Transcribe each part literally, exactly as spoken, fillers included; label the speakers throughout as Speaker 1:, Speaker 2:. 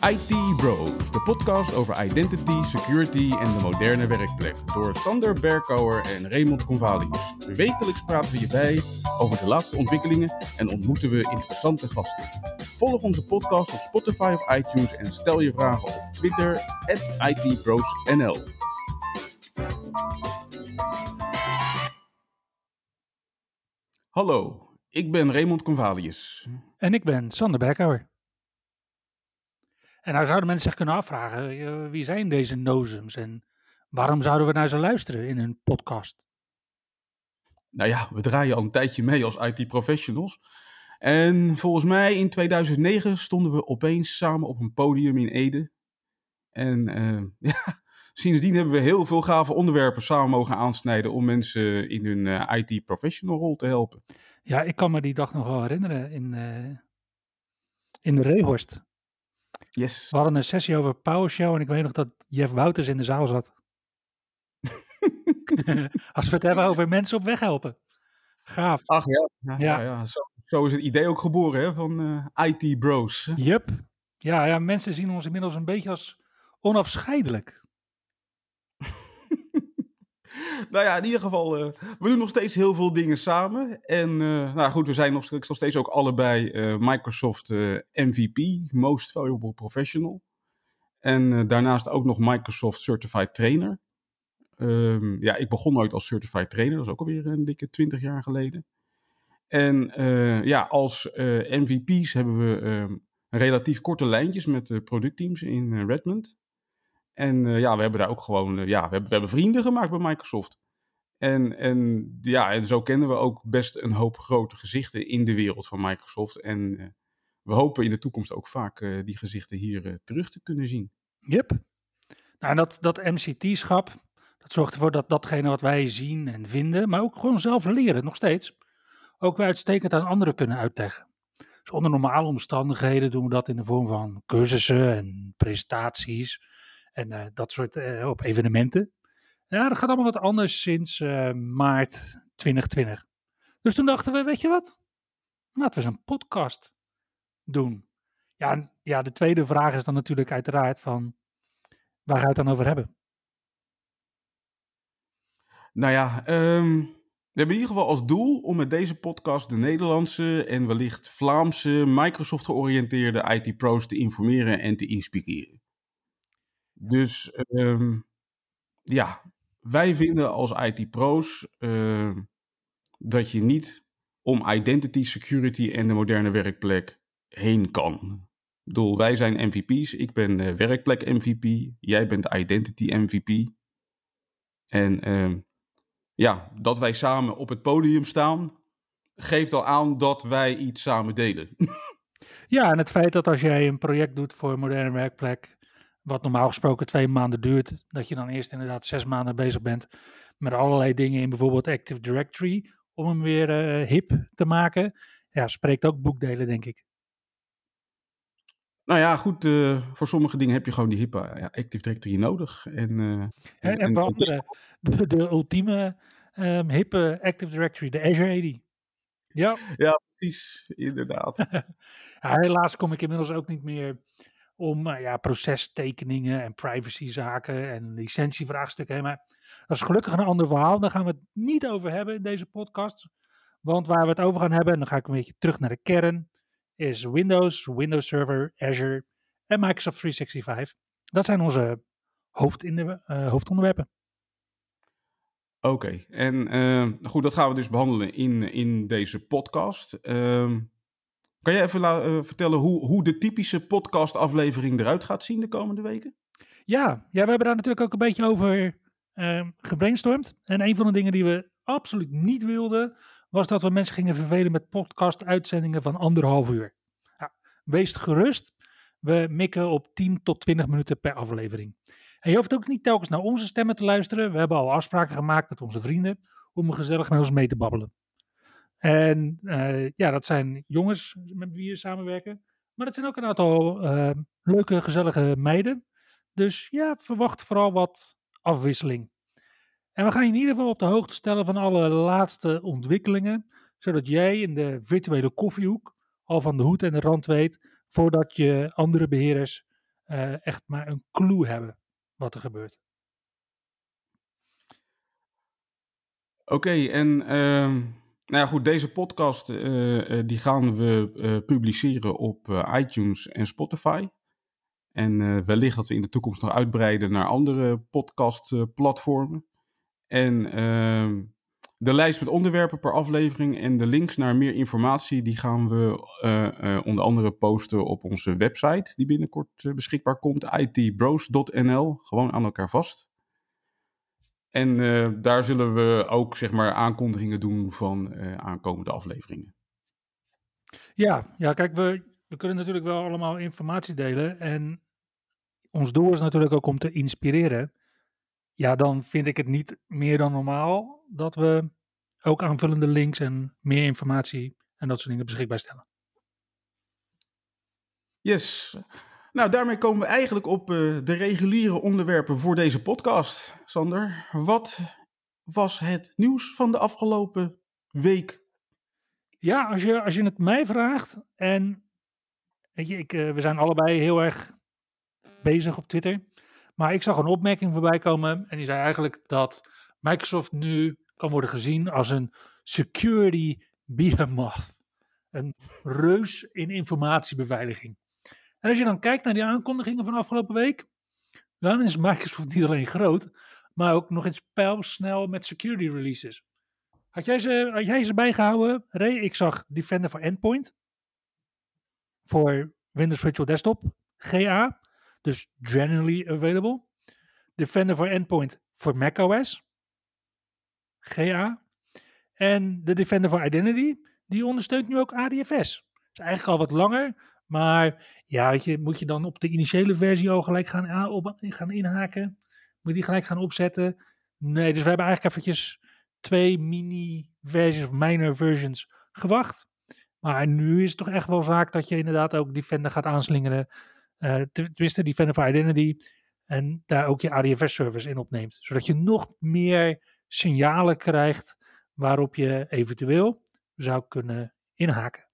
Speaker 1: I T Bros, de podcast over identity, security en de moderne werkplek. Door Sander Berkouwer en Raymond Convalius. Wekelijks praten we hierbij over de laatste ontwikkelingen en ontmoeten we interessante gasten. Volg onze podcast op Spotify of iTunes en stel je vragen op Twitter at I T Bros N L. Hallo, ik ben Raymond Convalius.
Speaker 2: En ik ben Sander Berkouwer. En nou zouden mensen zich kunnen afvragen, uh, wie zijn deze nozems en waarom zouden we naar ze luisteren in hun podcast?
Speaker 1: Nou ja, we draaien al een tijdje mee als I T-professionals. En volgens mij in tweeduizend negen stonden we opeens samen op een podium in Ede. En uh, ja, sindsdien hebben we heel veel gave onderwerpen samen mogen aansnijden om mensen in hun uh, I T-professional rol te helpen.
Speaker 2: Ja, ik kan me die dag nog wel herinneren in, uh, in de Reehorst.
Speaker 1: Yes.
Speaker 2: We hadden een sessie over PowerShell en ik weet nog dat Jeff Wouters in de zaal zat. Als we het hebben over mensen op weg helpen. Gaaf.
Speaker 1: Ach ja, ja,
Speaker 2: Ja.
Speaker 1: ja, ja. Zo, zo is het idee ook geboren hè, van uh, I T Bros.
Speaker 2: Yup. Ja, ja, mensen zien ons inmiddels een beetje als onafscheidelijk.
Speaker 1: Nou ja, in ieder geval, uh, we doen nog steeds heel veel dingen samen. En uh, nou goed, we zijn nog, nog steeds ook allebei uh, Microsoft uh, M V P, Most Valuable Professional. En uh, daarnaast ook nog Microsoft Certified Trainer. Um, ja, ik begon nooit als Certified Trainer, dat is ook alweer een dikke twintig jaar geleden. En uh, ja, als uh, M V P's hebben we um, relatief korte lijntjes met uh, productteams in uh, Redmond. En uh, ja, we hebben daar ook gewoon, uh, ja, we hebben, we hebben vrienden gemaakt bij Microsoft. En, en ja, en zo kennen we ook best een hoop grote gezichten in de wereld van Microsoft. En uh, we hopen in de toekomst ook vaak uh, die gezichten hier uh, terug te kunnen zien.
Speaker 2: Yep. Nou, en dat, dat M C T-schap, dat zorgt ervoor dat datgene wat wij zien en vinden, maar ook gewoon zelf leren, nog steeds, ook weer uitstekend aan anderen kunnen uitleggen. Dus onder normale omstandigheden doen we dat in de vorm van cursussen en presentaties en uh, dat soort uh, op evenementen. Ja, dat gaat allemaal wat anders sinds uh, maart twintig twintig. Dus toen dachten we, weet je wat? Laten we eens een podcast doen. Ja, en, ja, de tweede vraag is dan natuurlijk uiteraard van, waar ga je het dan over hebben?
Speaker 1: Nou ja, um, we hebben in ieder geval als doel om met deze podcast de Nederlandse en wellicht Vlaamse Microsoft-georiënteerde I T-pro's te informeren en te inspireren. Dus um, ja, wij vinden als I T-pro's uh, dat je niet om identity, security en de moderne werkplek heen kan. Ik bedoel, wij zijn M V P's, ik ben uh, werkplek M V P, jij bent identity M V P. En uh, ja, dat wij samen op het podium staan, geeft al aan dat wij iets samen delen.
Speaker 2: Ja, en het feit dat als jij een project doet voor een moderne werkplek, wat normaal gesproken twee maanden duurt, dat je dan eerst inderdaad zes maanden bezig bent met allerlei dingen in bijvoorbeeld Active Directory, om hem weer uh, hip te maken, ja, spreekt ook boekdelen, denk ik.
Speaker 1: Nou ja, goed, uh, voor sommige dingen heb je gewoon die hippe ja, Active Directory nodig. En, uh, en,
Speaker 2: en, en voor andere, de, de ultieme um, hippe Active Directory, de Azure A D. Ja,
Speaker 1: ja precies, inderdaad.
Speaker 2: Ja, helaas kom ik inmiddels ook niet meer om uh, ja, procestekeningen en privacyzaken en licentievraagstukken heen. Maar dat is gelukkig een ander verhaal. Daar gaan we het niet over hebben in deze podcast. Want waar we het over gaan hebben, en dan ga ik een beetje terug naar de kern, is Windows, Windows Server, Azure en Microsoft driehonderdzesenzestig. Dat zijn onze hoofdinde- uh, hoofdonderwerpen.
Speaker 1: Oké, okay. en uh, goed, dat gaan we dus behandelen in, in deze podcast. Uh, kan jij even la- uh, vertellen hoe, hoe de typische podcastaflevering eruit gaat zien de komende weken?
Speaker 2: Ja, ja, we hebben daar natuurlijk ook een beetje over uh, gebrainstormd. En een van de dingen die we absoluut niet wilden, was dat we mensen gingen vervelen met podcast-uitzendingen van anderhalf uur. Ja, wees gerust, we mikken op tien tot twintig minuten per aflevering. En je hoeft ook niet telkens naar onze stemmen te luisteren. We hebben al afspraken gemaakt met onze vrienden om gezellig met ons mee te babbelen. En uh, ja, dat zijn jongens met wie we samenwerken. Maar dat zijn ook een aantal uh, leuke, gezellige meiden. Dus ja, verwacht vooral wat afwisseling. En we gaan je in ieder geval op de hoogte stellen van alle laatste ontwikkelingen. Zodat jij in de virtuele koffiehoek al van de hoed en de rand weet, voordat je andere beheerders uh, echt maar een clue hebben wat er gebeurt.
Speaker 1: Oké, okay, en uh, nou ja, goed, deze podcast uh, uh, die gaan we uh, publiceren op uh, iTunes en Spotify. En uh, wellicht dat we in de toekomst nog uitbreiden naar andere podcastplatformen. En uh, de lijst met onderwerpen per aflevering en de links naar meer informatie, die gaan we uh, uh, onder andere posten op onze website, die binnenkort uh, beschikbaar komt, I T bros dot N L, gewoon aan elkaar vast. En uh, daar zullen we ook, zeg maar, aankondigingen doen van uh, aankomende afleveringen.
Speaker 2: Ja, ja kijk, we, we kunnen natuurlijk wel allemaal informatie delen. En ons doel is natuurlijk ook om te inspireren. Ja, dan vind ik het niet meer dan normaal dat we ook aanvullende links en meer informatie en dat soort dingen beschikbaar stellen.
Speaker 1: Yes. Nou, daarmee komen we eigenlijk op uh, de reguliere onderwerpen voor deze podcast. Sander, wat was het nieuws van de afgelopen week?
Speaker 2: Ja, als je, als je het mij vraagt, en weet je, ik, uh, we zijn allebei heel erg bezig op Twitter, maar ik zag een opmerking voorbij komen en die zei eigenlijk dat Microsoft nu kan worden gezien als een security behemoth, een reus in informatiebeveiliging. En als je dan kijkt naar die aankondigingen van afgelopen week, dan is Microsoft niet alleen groot, maar ook nog eens pijlsnel met security releases. Had jij ze, had jij ze bijgehouden, Ray? Ik zag Defender for Endpoint, voor Windows Virtual Desktop, G A, dus generally available. Defender for Endpoint voor macOS, G A. En de Defender for Identity, die ondersteunt nu ook A D F S. Dat is eigenlijk al wat langer, maar ja, weet je, moet je dan op de initiële versie al gelijk gaan, op, gaan inhaken? Moet je die gelijk gaan opzetten? Nee, dus we hebben eigenlijk eventjes twee mini-versies of minor versions gewacht. Maar nu is het toch echt wel zaak dat je inderdaad ook Defender gaat aanslingeren. Uh, tenminste, Defender for Identity. En daar ook je A D F S-service in opneemt. Zodat je nog meer signalen krijgt waarop je eventueel zou kunnen inhaken.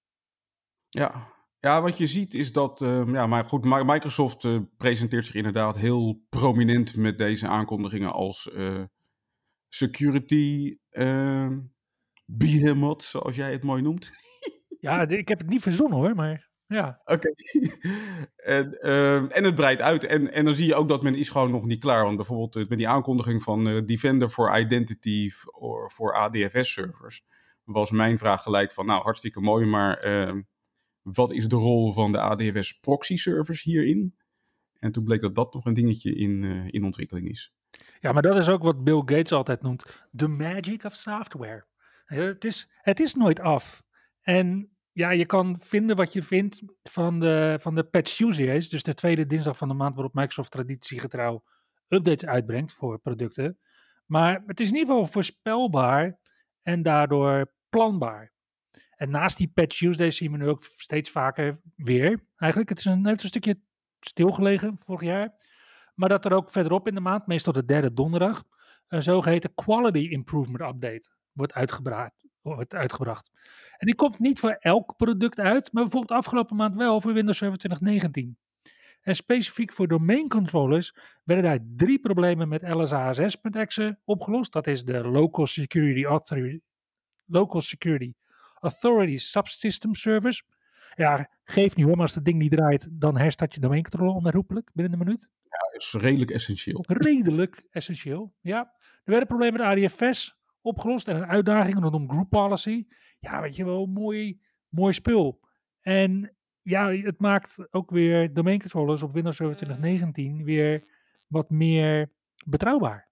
Speaker 1: Ja, ja wat je ziet is dat, uh, ja, maar goed, Microsoft uh, presenteert zich inderdaad heel prominent met deze aankondigingen als uh, security uh, behemoth, zoals jij het mooi noemt.
Speaker 2: Ja, ik heb het niet verzonnen hoor, maar ja.
Speaker 1: Oké. Okay. en, uh, en het breidt uit. En, en dan zie je ook dat men is gewoon nog niet klaar. Want bijvoorbeeld uh, met die aankondiging van uh, Defender for Identity of voor A D F S-servers, was mijn vraag gelijk van, nou, hartstikke mooi, maar uh, wat is de rol van de A D F S proxy-servers hierin? En toen bleek dat dat nog een dingetje in, uh, in ontwikkeling is.
Speaker 2: Ja, maar dat is ook wat Bill Gates altijd noemt, the magic of software. Het is, het is nooit af. En ja, je kan vinden wat je vindt van de, van de Patch Tuesdays, dus de tweede dinsdag van de maand waarop Microsoft traditiegetrouw updates uitbrengt voor producten. Maar het is in ieder geval voorspelbaar en daardoor planbaar. En naast die Patch Tuesdays zien we nu ook steeds vaker weer. Eigenlijk, het is een, het is een stukje stilgelegen vorig jaar. Maar dat er ook verderop in de maand, meestal de derde donderdag, een zogeheten Quality Improvement Update wordt uitgebracht. Wordt uitgebracht. En die komt niet voor elk product uit, maar bijvoorbeeld afgelopen maand wel voor Windows Server twintig negentien. En specifiek voor domain controllers werden daar drie problemen met L S A S S.exe opgelost. Dat is de Local Security Authority, Local Security Authority Subsystem Service. Ja, geef niet hoor, maar als het ding niet draait, dan herstart je domain controller onherroepelijk binnen een minuut.
Speaker 1: Ja, dat is redelijk essentieel.
Speaker 2: Redelijk essentieel, ja. Er werden problemen met A D F S opgelost en een uitdaging rondom group policy. Ja, weet je wel, mooi, mooi spul. En ja, het maakt ook weer domain controllers op Windows Server twintig negentien weer wat meer betrouwbaar.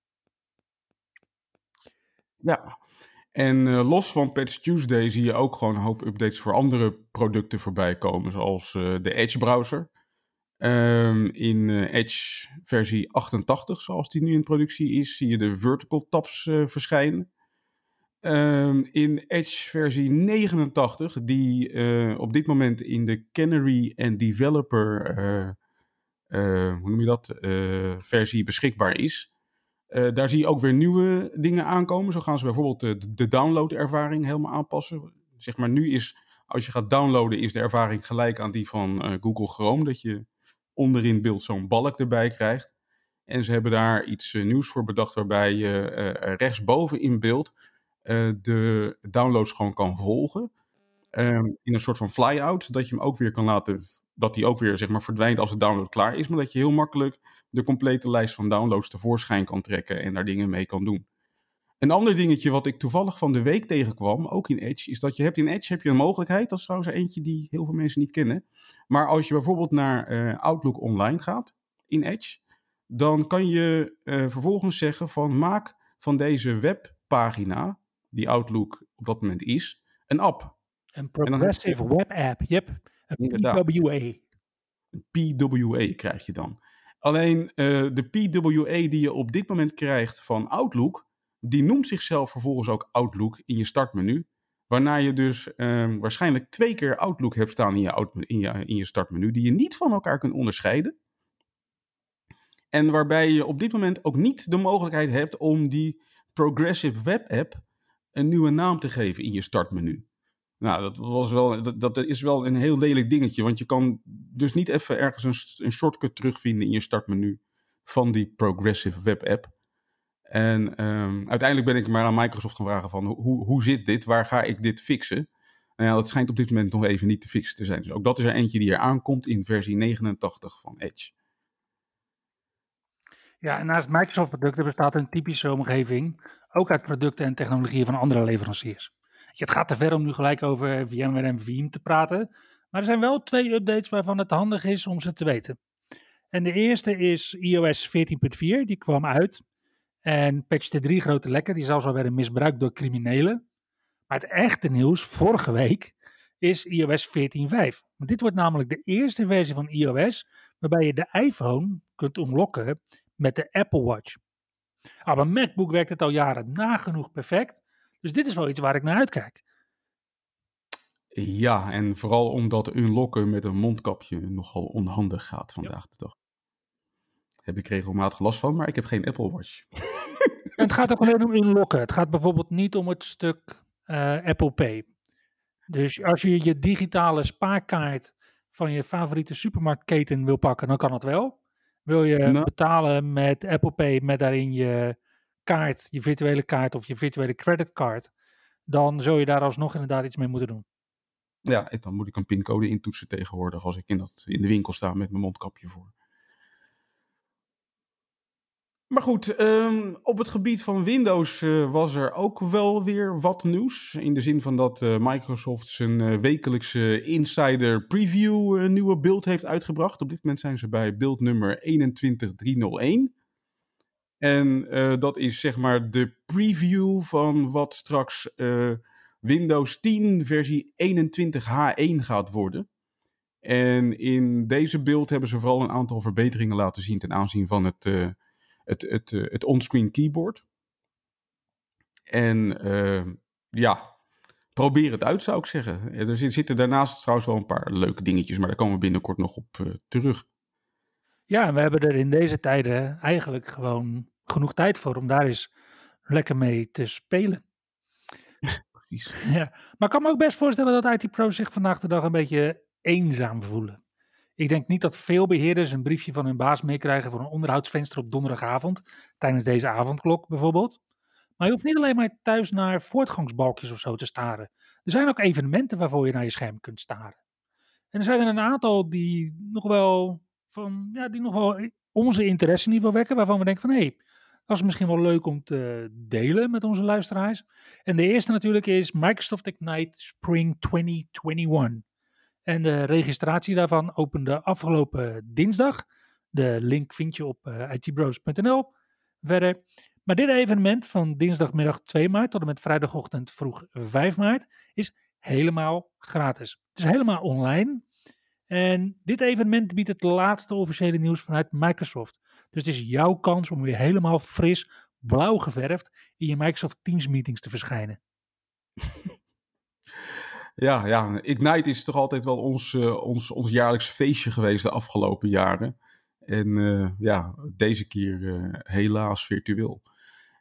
Speaker 1: Ja, en uh, los van Patch Tuesday zie je ook gewoon een hoop updates voor andere producten voorbij komen, zoals uh, de Edge browser. Um, in uh, Edge versie achtentachtig, zoals die nu in productie is, zie je de vertical tabs uh, verschijnen. Um, in Edge versie negenentachtig, die uh, op dit moment in de Canary en Developer uh, uh, hoe noem je dat, uh, versie beschikbaar is. Uh, daar zie je ook weer nieuwe dingen aankomen. Zo gaan ze bijvoorbeeld de, de downloadervaring helemaal aanpassen. Zeg maar nu is, als je gaat downloaden, is de ervaring gelijk aan die van uh, Google Chrome. Dat je onderin beeld zo'n balk erbij krijgt. En ze hebben daar iets uh, nieuws voor bedacht waarbij je uh, rechtsboven in beeld uh, de downloads gewoon kan volgen. Um, in een soort van fly-out, zodat je hem ook weer kan laten, dat hij ook weer zeg maar verdwijnt als de download klaar is, maar dat je heel makkelijk de complete lijst van downloads tevoorschijn kan trekken en daar dingen mee kan doen. Een ander dingetje wat ik toevallig van de week tegenkwam, ook in Edge, is dat je hebt in Edge heb je een mogelijkheid, dat is trouwens eentje die heel veel mensen niet kennen, maar als je bijvoorbeeld naar uh, Outlook Online gaat, in Edge, dan kan je uh, vervolgens zeggen van maak van deze webpagina, die Outlook op dat moment is, een app.
Speaker 2: Een progressive je, web app, yep, een
Speaker 1: inderdaad.
Speaker 2: P W A.
Speaker 1: Een P W A krijg je dan. Alleen uh, de P W A die je op dit moment krijgt van Outlook, die noemt zichzelf vervolgens ook Outlook in je startmenu. Waarna je dus uh, waarschijnlijk twee keer Outlook hebt staan in je, out, in, je, in je startmenu, die je niet van elkaar kunt onderscheiden. En waarbij je op dit moment ook niet de mogelijkheid hebt om die Progressive Web App een nieuwe naam te geven in je startmenu. Nou, dat, was wel, dat, dat is wel een heel lelijk dingetje, want je kan dus niet even ergens een, een shortcut terugvinden in je startmenu van die Progressive Web App. En um, uiteindelijk ben ik maar aan Microsoft gaan vragen van hoe, hoe zit dit, waar ga ik dit fixen? Nou ja, dat schijnt op dit moment nog even niet te fixen te zijn. Dus ook dat is er eentje die er aankomt in versie negenentachtig van Edge.
Speaker 2: Ja, en naast Microsoft-producten bestaat een typische omgeving ook uit producten en technologieën van andere leveranciers. Het gaat te ver om nu gelijk over VMware en Veeam te praten, maar er zijn wel twee updates waarvan het handig is om ze te weten. En de eerste is i O S veertien punt vier, die kwam uit en patchte drie grote lekken, die zelfs al werden misbruikt door criminelen. Maar het echte nieuws vorige week is i O S veertien punt vijf. Want dit wordt namelijk de eerste versie van iOS waarbij je de iPhone kunt unlocken met de Apple Watch. Op een MacBook werkt het al jaren nagenoeg perfect. Dus dit is wel iets waar ik naar uitkijk.
Speaker 1: Ja, en vooral omdat unlocken met een mondkapje nogal onhandig gaat vandaag de dag. Heb ik regelmatig last van, maar ik heb geen Apple Watch.
Speaker 2: Het gaat ook alleen om unlocken. Het gaat bijvoorbeeld niet om het stuk uh, Apple Pay. Dus als je je digitale spaarkaart van je favoriete supermarktketen wil pakken, dan kan dat wel. Wil je nou. betalen met Apple Pay met daarin je kaart, je virtuele kaart of je virtuele creditcard, dan zul je daar alsnog inderdaad iets mee moeten doen.
Speaker 1: Ja, dan moet ik een pincode intoetsen tegenwoordig als ik in, dat, in de winkel sta met mijn mondkapje voor. Maar goed, um, op het gebied van Windows uh, was er ook wel weer wat nieuws. In de zin van dat uh, Microsoft zijn uh, wekelijkse Insider Preview uh, nieuwe build heeft uitgebracht. Op dit moment zijn ze bij build nummer eenentwintig driehonderdéén. En uh, dat is zeg maar de preview van wat straks uh, Windows tien versie eenentwintig H één gaat worden. En in deze build hebben ze vooral een aantal verbeteringen laten zien ten aanzien van het... Uh, Het, het, het onscreen keyboard. En uh, ja, probeer het uit zou ik zeggen. Er zitten daarnaast trouwens wel een paar leuke dingetjes, maar daar komen we binnenkort nog op uh, terug.
Speaker 2: Ja, en we hebben er in deze tijden eigenlijk gewoon genoeg tijd voor om daar eens lekker mee te spelen.
Speaker 1: Precies.
Speaker 2: Ja, maar ik kan me ook best voorstellen dat I T-pro's zich vandaag de dag een beetje eenzaam voelen. Ik denk niet dat veel beheerders een briefje van hun baas meekrijgen voor een onderhoudsvenster op donderdagavond, tijdens deze avondklok bijvoorbeeld. Maar je hoeft niet alleen maar thuis naar voortgangsbalkjes of zo te staren. Er zijn ook evenementen waarvoor je naar je scherm kunt staren. En er zijn er een aantal die nog wel, van, ja, die nog wel onze interesse in ieder geval wekken, waarvan we denken van hé, hey, dat is misschien wel leuk om te delen met onze luisteraars. En de eerste natuurlijk is Microsoft Ignite Spring twintig eenentwintig. En de registratie daarvan opende afgelopen dinsdag. De link vind je op uh, I T bros punt n l. Verder. Maar dit evenement van dinsdagmiddag twee maart tot en met vrijdagochtend vroeg vijf maart is helemaal gratis. Het is helemaal online. En dit evenement biedt het laatste officiële nieuws vanuit Microsoft. Dus het is jouw kans om weer helemaal fris, blauw geverfd in je Microsoft Teams meetings te verschijnen.
Speaker 1: Ja, ja, Ignite is toch altijd wel ons, uh, ons, ons jaarlijks feestje geweest de afgelopen jaren. En uh, ja, deze keer uh, helaas virtueel.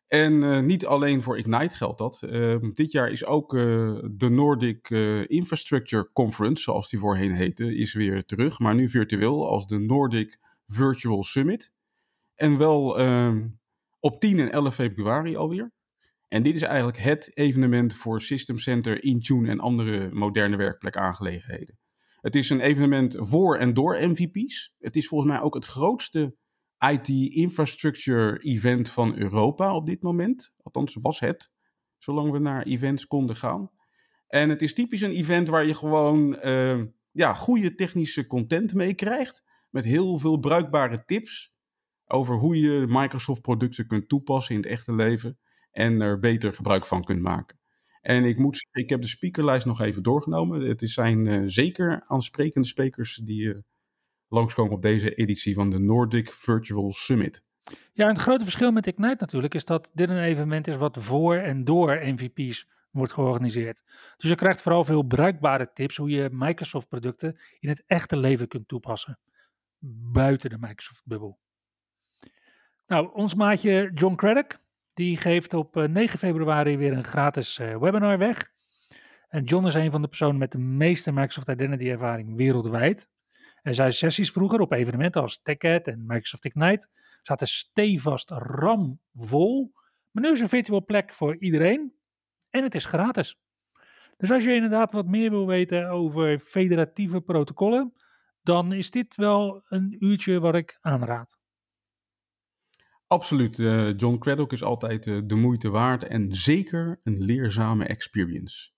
Speaker 1: En uh, niet alleen voor Ignite geldt dat. Uh, dit jaar is ook uh, de Nordic uh, Infrastructure Conference, zoals die voorheen heette, is weer terug. Maar nu virtueel als de Nordic Virtual Summit. En wel uh, op tien en elf februari alweer. En dit is eigenlijk het evenement voor System Center, Intune en andere moderne werkplekaangelegenheden. Het is een evenement voor en door M V P's. Het is volgens mij ook het grootste I T-infrastructure event van Europa op dit moment. Althans was het, zolang we naar events konden gaan. En het is typisch een event waar je gewoon uh, ja, goede technische content mee krijgt. Met heel veel bruikbare tips over hoe je Microsoft producten kunt toepassen in het echte leven. En er beter gebruik van kunt maken. En ik moet zeggen, ik heb de speakerlijst nog even doorgenomen. Het zijn uh, zeker aansprekende sprekers die uh, langskomen op deze editie van de Nordic Virtual Summit.
Speaker 2: Ja, en het grote verschil met Ignite natuurlijk is dat dit een evenement is wat voor en door M V P's wordt georganiseerd. Dus je krijgt vooral veel bruikbare tips hoe je Microsoft producten in het echte leven kunt toepassen. Buiten de Microsoft bubbel. Nou, ons maatje John Craddock, die geeft op negen februari weer een gratis uh, webinar weg. En John is een van de personen met de meeste Microsoft Identity ervaring wereldwijd. En zijn sessies vroeger op evenementen als TechEd en Microsoft Ignite zaten stevast ramvol. Maar nu is er een virtual plek voor iedereen en het is gratis. Dus als je inderdaad wat meer wil weten over federatieve protocollen, dan is dit wel een uurtje wat ik aanraad.
Speaker 1: Absoluut. Uh, John Craddock is altijd uh, de moeite waard en zeker een leerzame experience.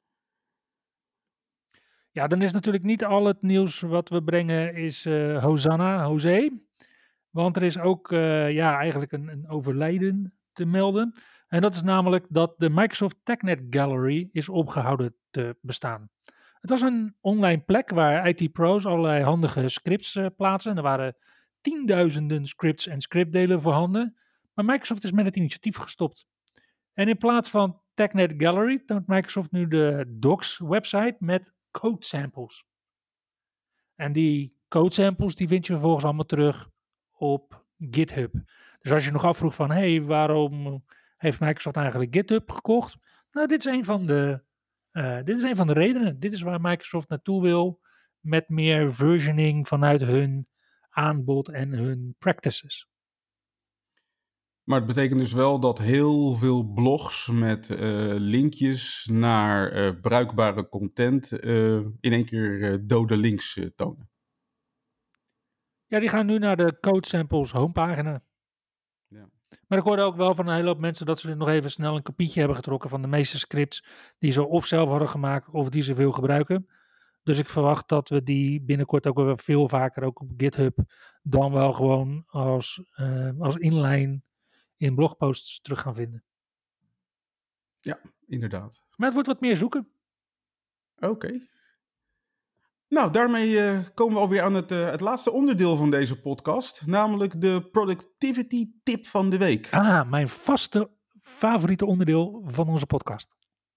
Speaker 2: Ja, dan is natuurlijk niet al het nieuws wat we brengen is uh, Hosanna, José. Want er is ook uh, ja, eigenlijk een, een overlijden te melden. En dat is namelijk dat de Microsoft TechNet Gallery is opgehouden te bestaan. Het was een online plek waar I T-pro's allerlei handige scripts uh, plaatsen. Er waren tienduizenden scripts en scriptdelen voorhanden. Maar Microsoft is met het initiatief gestopt. En in plaats van TechNet Gallery toont Microsoft nu de Docs-website met code samples. En die code samples die vind je vervolgens allemaal terug op GitHub. Dus als je nog afvroeg van, hé, hey, waarom heeft Microsoft eigenlijk GitHub gekocht? Nou, dit is een van de, uh, dit is een van de redenen. Dit is waar Microsoft naartoe wil met meer versioning vanuit hun aanbod en hun practices.
Speaker 1: Maar het betekent dus wel dat heel veel blogs met uh, linkjes naar uh, bruikbare content uh, in één keer uh, dode links uh, tonen.
Speaker 2: Ja, die gaan nu naar de Code Samples homepagina. Ja. Maar ik hoorde ook wel van een hele hoop mensen dat ze nog even snel een kopietje hebben getrokken van de meeste scripts die ze of zelf hadden gemaakt of die ze veel gebruiken. Dus ik verwacht dat we die binnenkort ook weer veel vaker ook op GitHub dan wel gewoon als, uh, als inline in blogposts terug gaan vinden.
Speaker 1: Ja, inderdaad.
Speaker 2: Maar het wordt wat meer zoeken.
Speaker 1: Oké. Okay. Nou, daarmee uh, komen we alweer aan het, uh, het laatste onderdeel van deze podcast. Namelijk de productivity tip van de week.
Speaker 2: Ah, mijn vaste favoriete onderdeel van onze podcast.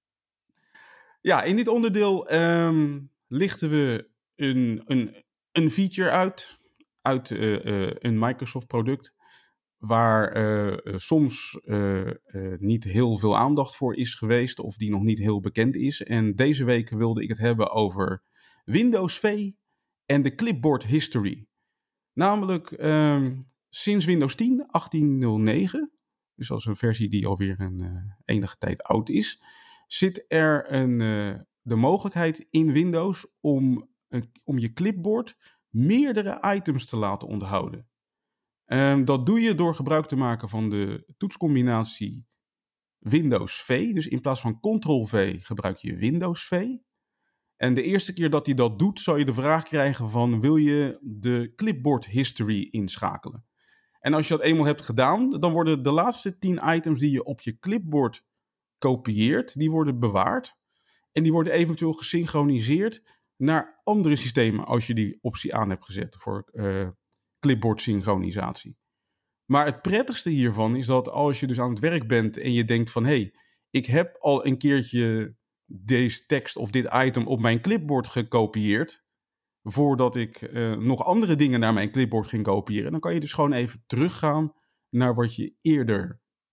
Speaker 1: Ja, in dit onderdeel um, lichten we een, een, een feature uit. Uit uh, uh, een Microsoft product. Waar uh, soms uh, uh, niet heel veel aandacht voor is geweest. Of die nog niet heel bekend is. En deze week wilde ik het hebben over Windows V en de clipboard history. Namelijk um, sinds Windows tien, achttien nul negen, dus dat is een versie die alweer een uh, enige tijd oud is, zit er een, uh, de mogelijkheid in Windows om, uh, om je clipboard meerdere items te laten onthouden. Um, dat doe je door gebruik te maken van de toetscombinatie Windows V. Dus in plaats van control V gebruik je Windows V. En de eerste keer dat hij dat doet, zal je de vraag krijgen van, wil je de clipboard history inschakelen? En als je dat eenmaal hebt gedaan, dan worden de laatste tien items die je op je clipboard kopieert, die worden bewaard. En die worden eventueel gesynchroniseerd naar andere systemen als je die optie aan hebt gezet voor uh, clipboard synchronisatie. Maar het prettigste hiervan is dat als je dus aan het werk bent en je denkt van, hé, hey, ik heb al een keertje deze tekst of dit item op mijn clipboard gekopieerd, voordat ik uh, nog andere dingen naar mijn clipboard ging kopiëren, dan kan je dus gewoon even teruggaan naar wat je eerder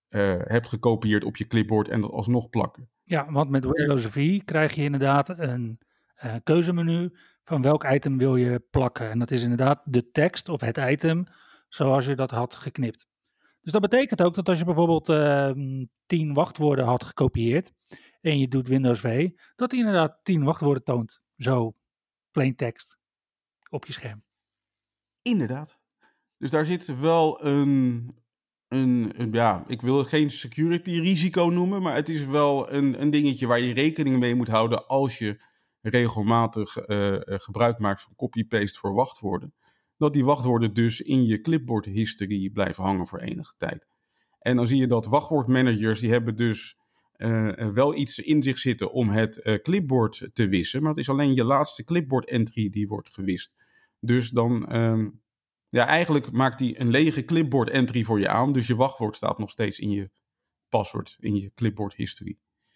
Speaker 1: uh, hebt gekopieerd op je clipboard en dat alsnog plakken.
Speaker 2: Ja, want met Windows V krijg je inderdaad een uh, keuzemenu van welk item wil je plakken. En dat is inderdaad de tekst of het item zoals je dat had geknipt. Dus dat betekent ook dat als je bijvoorbeeld uh, tien wachtwoorden had gekopieerd en je doet Windows V, dat hij inderdaad tien wachtwoorden toont. Zo, plain tekst op je scherm.
Speaker 1: Inderdaad. Dus daar zit wel een, een, een ja, ik wil het geen security risico noemen, maar het is wel een, een dingetje waar je rekening mee moet houden als je regelmatig uh, gebruik maakt van copy-paste voor wachtwoorden. Dat die wachtwoorden dus in je clipboard history blijven hangen voor enige tijd. En dan zie je dat wachtwoordmanagers, die hebben dus uh, wel iets in zich zitten om het uh, clipboard te wissen, maar het is alleen je laatste clipboard entry die wordt gewist. Dus dan, um, ja, eigenlijk maakt hij een lege clipboard entry voor je aan, dus je wachtwoord staat nog steeds in je paswoord, in je clipboard history.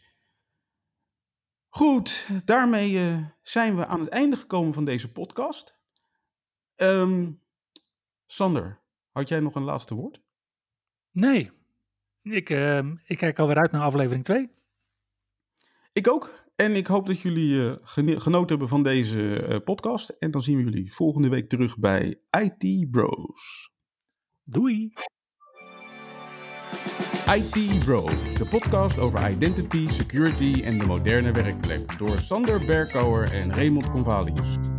Speaker 1: Goed, daarmee uh, zijn we aan het einde gekomen van deze podcast. Um, Sander, had jij nog een laatste woord?
Speaker 2: Nee, ik, uh, ik kijk alweer uit naar aflevering twee.
Speaker 1: Ik ook. En ik hoop dat jullie uh, geno- genoten hebben van deze uh, podcast. En dan zien we jullie volgende week terug bij I T Bros.
Speaker 2: Doei!
Speaker 1: I T Bros, de podcast over identity, security en de moderne werkplek. Door Sander Berkouwer en Raymond Convalius.